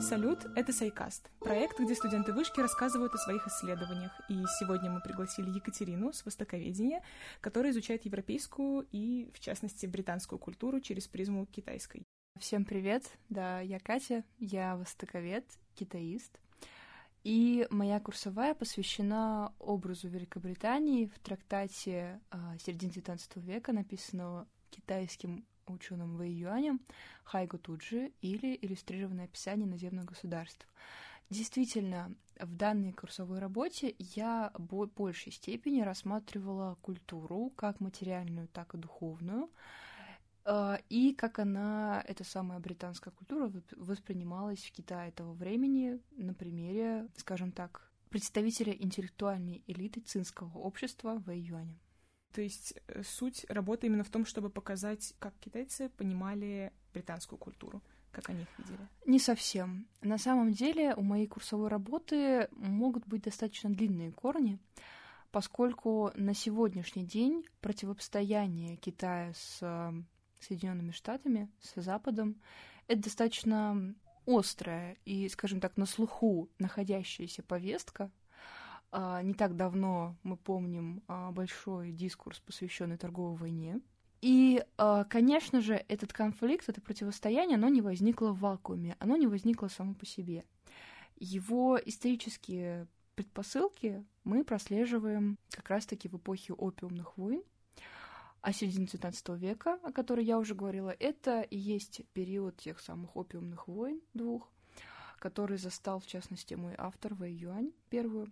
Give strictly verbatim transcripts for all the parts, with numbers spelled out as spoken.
Салют, это Сайкаст, проект, где студенты вышки рассказывают о своих исследованиях. И сегодня мы пригласили Екатерину с востоковедения, которая изучает европейскую и, в частности, британскую культуру через призму китайской. Всем привет, да, я Катя, я востоковед, китаист. И моя курсовая посвящена образу Великобритании в трактате э, середины девятнадцатого века, написанного китайским ученым Вэй Юанем «Хайго Туджи» или «Иллюстрированное описание наземных государств». Действительно, в данной курсовой работе я в большей степени рассматривала культуру как материальную, так и духовную, и как она, эта самая британская культура, воспринималась в Китае того времени на примере, скажем так, представителя интеллектуальной элиты цинского общества Вэй Юаня. То есть суть работы именно в том, чтобы показать, как китайцы понимали британскую культуру, как они их видели? Не совсем. На самом деле у моей курсовой работы могут быть достаточно длинные корни, поскольку на сегодняшний день противостояние Китая с Соединенными Штатами, с Западом, это достаточно острая и, скажем так, на слуху находящаяся повестка. Не так давно мы помним большой дискурс, посвященный торговой войне. И, конечно же, этот конфликт, это противостояние, оно не возникло в вакууме, оно не возникло само по себе. Его исторические предпосылки мы прослеживаем как раз-таки в эпохе опиумных войн, а середина девятнадцатого века, о которой я уже говорила, это и есть период тех самых опиумных войн двух, который застал, в частности, мой автор Вэй Юань первую.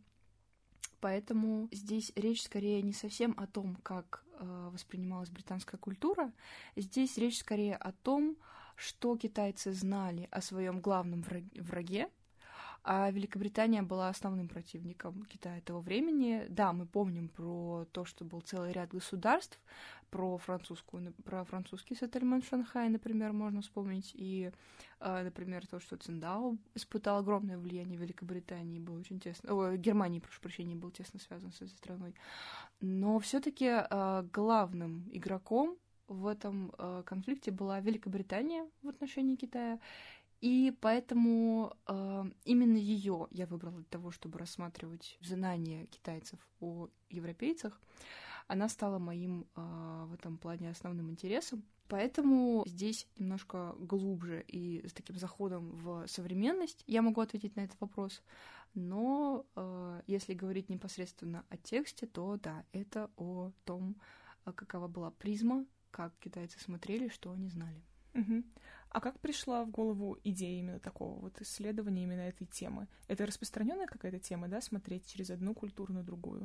Поэтому здесь речь скорее не совсем о том, как э, воспринималась британская культура, здесь речь скорее о том, что китайцы знали о своем главном враге, а Великобритания была основным противником Китая того времени. Да, мы помним про то, что был целый ряд государств, про французскую, про французский сеттельмент в Шанхае, например, можно вспомнить, и, например, то, что Циндао испытал огромное влияние в Великобритании, был очень тесно, о, Германии, прошу прощения, был тесно связан с этой страной. Но все-таки главным игроком в этом конфликте была Великобритания в отношении Китая. И поэтому э, именно ее я выбрала для того, чтобы рассматривать знания китайцев о европейцах. Она стала моим э, в этом плане основным интересом. Поэтому здесь немножко глубже и с таким заходом в современность я могу ответить на этот вопрос. Но э, если говорить непосредственно о тексте, то да, это о том, какова была призма, как китайцы смотрели, что они знали. Угу. А как пришла в голову идея именно такого вот исследования именно этой темы? Это распространенная какая-то тема, да, смотреть через одну культуру на другую?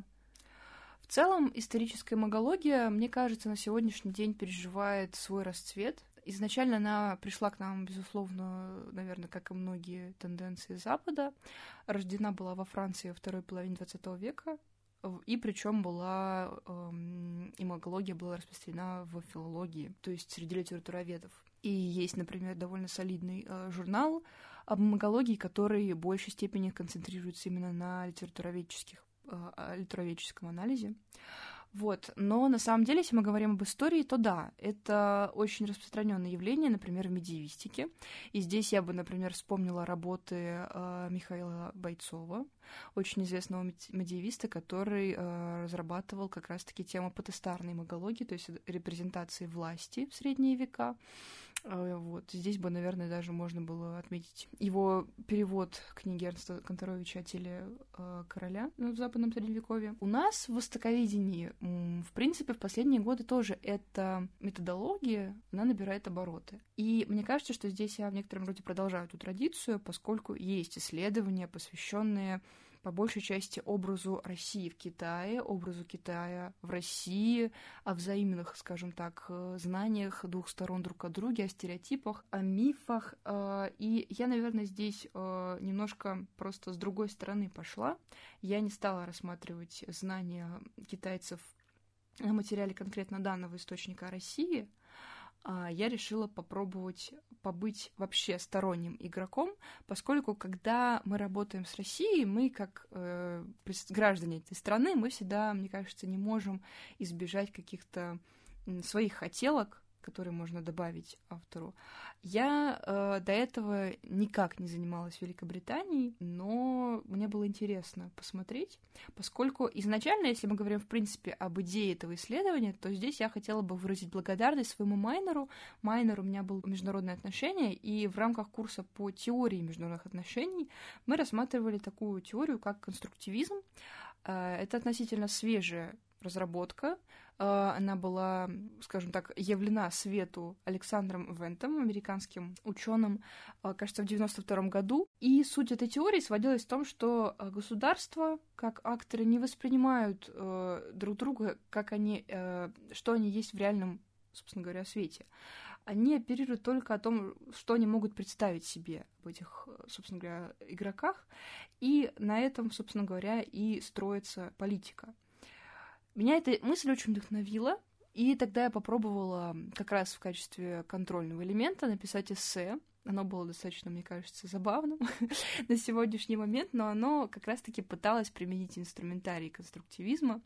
В целом, историческая магология, мне кажется, на сегодняшний день переживает свой расцвет. Изначально она пришла к нам, безусловно, наверное, как и многие тенденции Запада. Рождена была во Франции во второй половине двадцатого века. И причем была эм, имагология была распространена в филологии, то есть среди литературоведов. И есть, например, довольно солидный э, журнал об имагологии, который в большей степени концентрируется именно на литературоведческих, э, литературоведческом анализе. Вот. Но на самом деле, если мы говорим об истории, то да, это очень распространенное явление, например, в медиевистике. И здесь я бы, например, вспомнила работы э, Михаила Бойцова, очень известного медиевиста, который э, разрабатывал как раз-таки тему потестарной имагологии, то есть репрезентации власти в средние века. Э, вот. Здесь бы, наверное, даже можно было отметить его перевод книги Эрнста Канторовича о теле э, короля в западном средневековье. У нас в востоковедении, в принципе, в последние годы тоже эта методология, она набирает обороты. И мне кажется, что здесь я в некотором роде продолжаю эту традицию, поскольку есть исследования, посвященные по большей части образу России в Китае, образу Китая в России, о взаимных, скажем так, знаниях двух сторон друг о друге, о стереотипах, о мифах. И я, наверное, здесь немножко просто с другой стороны пошла. Я не стала рассматривать знания китайцев на материале конкретно данного источника о России, я решила попробовать побыть вообще сторонним игроком, поскольку когда мы работаем с Россией, мы как э, граждане этой страны, мы всегда, мне кажется, не можем избежать каких-то своих хотелок, которые можно добавить автору. Я э, до этого никак не занималась Великобританией, но мне было интересно посмотреть, поскольку изначально, если мы говорим, в принципе, об идее этого исследования, то здесь я хотела бы выразить благодарность своему майнеру. Майнер у меня был международные отношения, и в рамках курса по теории международных отношений мы рассматривали такую теорию, как конструктивизм. Это относительно свежая разработка. Она была, скажем так, явлена свету Александром Вентом, американским ученым, кажется, в девяносто втором году. И суть этой теории сводилась в том, что государства, как акторы, не воспринимают друг друга, как они, что они есть в реальном, собственно говоря, свете. Они оперируют только о том, что они могут представить себе об этих, собственно говоря, игроках, и на этом, собственно говоря, и строится политика. Меня эта мысль очень вдохновила, и тогда я попробовала как раз в качестве контрольного элемента написать эссе. Оно было достаточно, мне кажется, забавным на сегодняшний момент, но оно как раз-таки пыталось применить инструментарий конструктивизма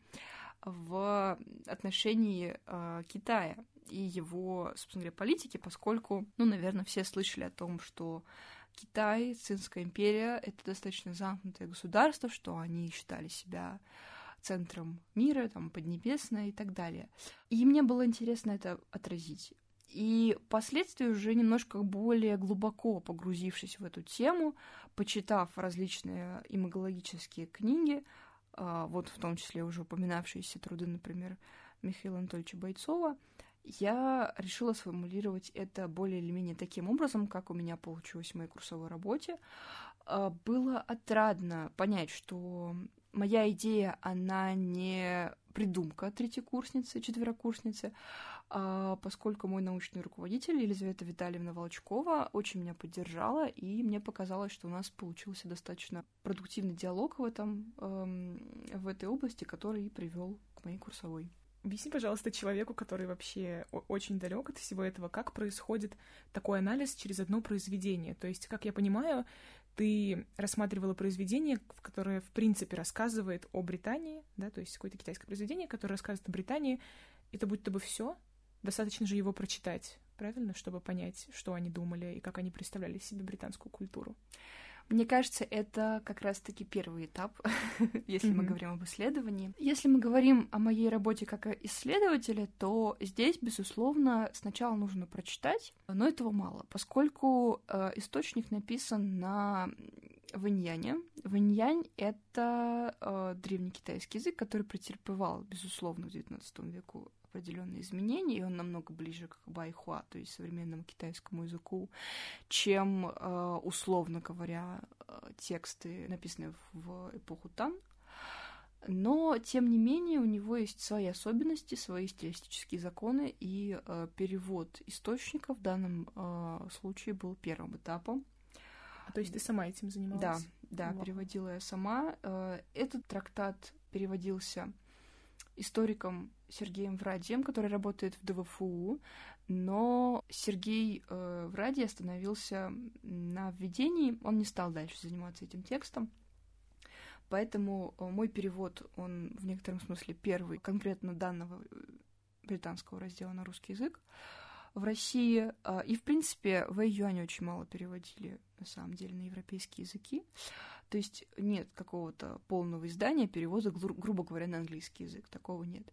в отношении э, Китая и его, собственно говоря, политики, поскольку, ну, наверное, все слышали о том, что Китай, Цинская империя — это достаточно замкнутое государство, что они считали себя центром мира, там, Поднебесной и так далее. И мне было интересно это отразить. И впоследствии, уже немножко более глубоко погрузившись в эту тему, почитав различные имагологические книги, вот в том числе уже упоминавшиеся труды, например, Михаила Анатольевича Бойцова, я решила сформулировать это более или менее таким образом, как у меня получилось в моей курсовой работе. Было отрадно понять, что моя идея, она не придумка третьекурсницы, четверокурсницы, поскольку мой научный руководитель Елизавета Витальевна Волчкова очень меня поддержала, и мне показалось, что у нас получился достаточно продуктивный диалог в этом, в этой области, который и привел к моей курсовой. Объясни, пожалуйста, человеку, который вообще очень далек от всего этого, как происходит такой анализ через одно произведение. То есть, как я понимаю, ты рассматривала произведение, которое, в принципе, рассказывает о Британии, да, то есть какое-то китайское произведение, которое рассказывает о Британии. Это будто бы все. Достаточно же его прочитать, правильно, чтобы понять, что они думали и как они представляли себе британскую культуру. Мне кажется, это как раз-таки первый этап, если Mm-hmm. мы говорим об исследовании. Если мы говорим о моей работе как исследователя, то здесь, безусловно, сначала нужно прочитать, но этого мало, поскольку э, источник написан на вэньяне. Вэньянь — это э, древнекитайский язык, который претерпевал, безусловно, в девятнадцатом веку определенные изменения, и он намного ближе к байхуа, то есть современному китайскому языку, чем, э, условно говоря, тексты, написанные в эпоху Тан. Но, тем не менее, у него есть свои особенности, свои стилистические законы, и э, перевод источника в данном э, случае был первым этапом. А то есть ты сама этим занималась? Да, да, Вау. переводила я сама. Этот трактат переводился историком Сергеем Врадием, который работает в ДВФУ, но Сергей э, Врадий остановился на введении, он не стал дальше заниматься этим текстом, поэтому мой перевод, он в некотором смысле первый конкретно данного британского раздела на русский язык в России. И, в принципе, Вэй Юань очень мало переводили, на самом деле, на европейские языки. То есть нет какого-то полного издания перевода, гру- грубо говоря, на английский язык. Такого нет.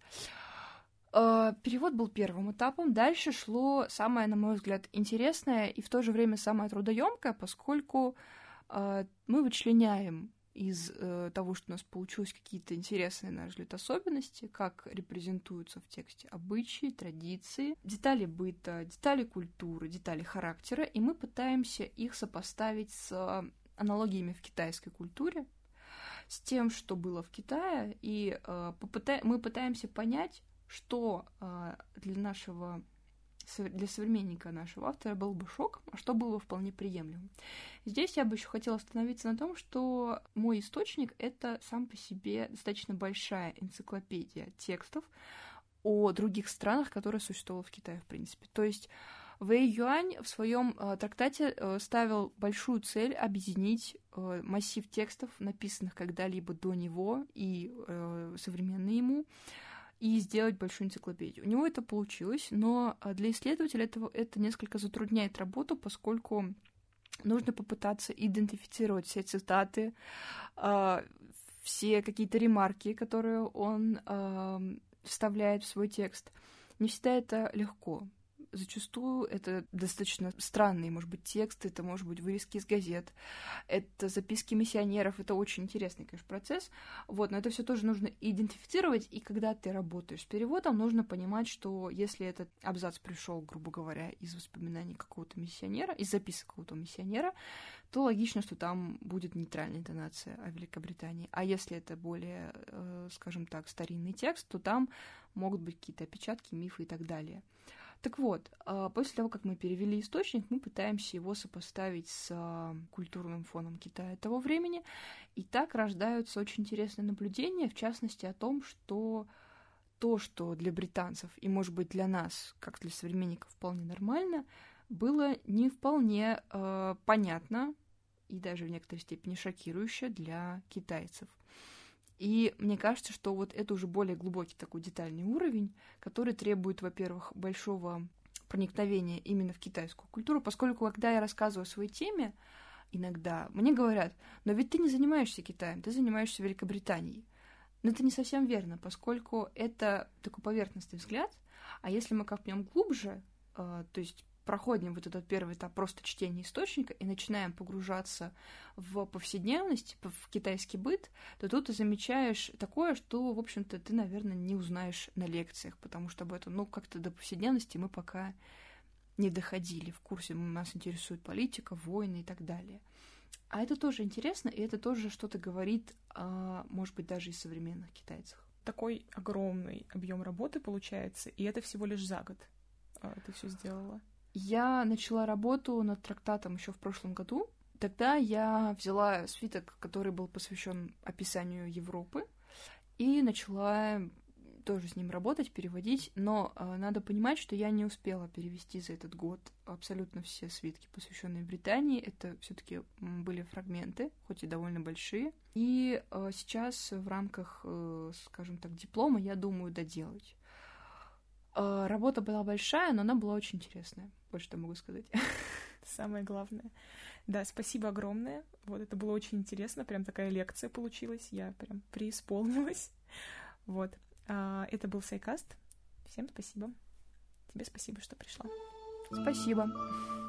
Перевод был первым этапом. Дальше шло самое, на мой взгляд, интересное и в то же время самое трудоемкое, поскольку мы вычленяем из э, того, что у нас получилось, какие-то интересные, на наш взгляд, особенности, как репрезентуются в тексте обычаи, традиции, детали быта, детали культуры, детали характера, и мы пытаемся их сопоставить с аналогиями в китайской культуре, с тем, что было в Китае, и э, попыта... мы пытаемся понять, что э, для нашего для современника нашего автора был бы шок, а что было бы вполне приемлемым. Здесь я бы еще хотела остановиться на том, что мой источник — это сам по себе достаточно большая энциклопедия текстов о других странах, которые существовали в Китае, в принципе. То есть Вэй Юань в своем э, трактате э, ставил большую цель объединить э, массив текстов, написанных когда-либо до него и э, современные ему, и сделать большую энциклопедию. У него это получилось, но для исследователя этого это несколько затрудняет работу, поскольку нужно попытаться идентифицировать все цитаты, все какие-то ремарки, которые он вставляет в свой текст. Не всегда это легко. Зачастую это достаточно странный, может быть, текст, это, может быть, вырезки из газет, это записки миссионеров, это очень интересный, конечно, процесс, вот, но это все тоже нужно идентифицировать, и когда ты работаешь с переводом, нужно понимать, что если этот абзац пришел, грубо говоря, из воспоминаний какого-то миссионера, из записок какого-то миссионера, то логично, что там будет нейтральная интонация о Великобритании, а если это более, скажем так, старинный текст, то там могут быть какие-то опечатки, мифы и так далее. Так вот, после того, как мы перевели источник, мы пытаемся его сопоставить с культурным фоном Китая того времени, и так рождаются очень интересные наблюдения, в частности, о том, что то, что для британцев и, может быть, для нас, как для современников, вполне нормально, было не вполне э, понятно и даже в некоторой степени шокирующе для китайцев. И мне кажется, что вот это уже более глубокий такой детальный уровень, который требует, во-первых, большого проникновения именно в китайскую культуру, поскольку, когда я рассказываю о своей теме, иногда мне говорят: но ведь ты не занимаешься Китаем, ты занимаешься Великобританией. Но это не совсем верно, поскольку это такой поверхностный взгляд, а если мы копнем глубже, э, то есть проходим вот этот первый этап просто чтения источника и начинаем погружаться в повседневность, в китайский быт, то тут ты замечаешь такое, что, в общем-то, ты, наверное, не узнаешь на лекциях, потому что об этом, ну, как-то до повседневности мы пока не доходили в курсе, нас интересует политика, войны и так далее. А это тоже интересно, и это тоже что-то говорит, может быть, даже и современных китайцах. Такой огромный объем работы получается, и это всего лишь за год ты все сделала. Я начала работу над трактатом еще в прошлом году. Тогда я взяла свиток, который был посвящен описанию Европы, и начала тоже с ним работать, переводить. Но э, надо понимать, что я не успела перевести за этот год абсолютно все свитки, посвященные Британии. Это все-таки были фрагменты, хоть и довольно большие. И э, сейчас в рамках, э, скажем так, диплома я думаю доделать. Работа была большая, но она была очень интересная. Вот что могу сказать. Самое главное. Да, спасибо огромное. Вот это было очень интересно. Прям такая лекция получилась. Я прям преисполнилась. Вот. Это был Сайкаст. Всем спасибо. Тебе спасибо, что пришла. Спасибо.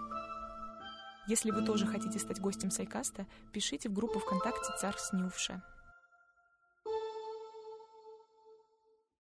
Если вы тоже хотите стать гостем Сайкаста, пишите в группу ВКонтакте «Царь снювша».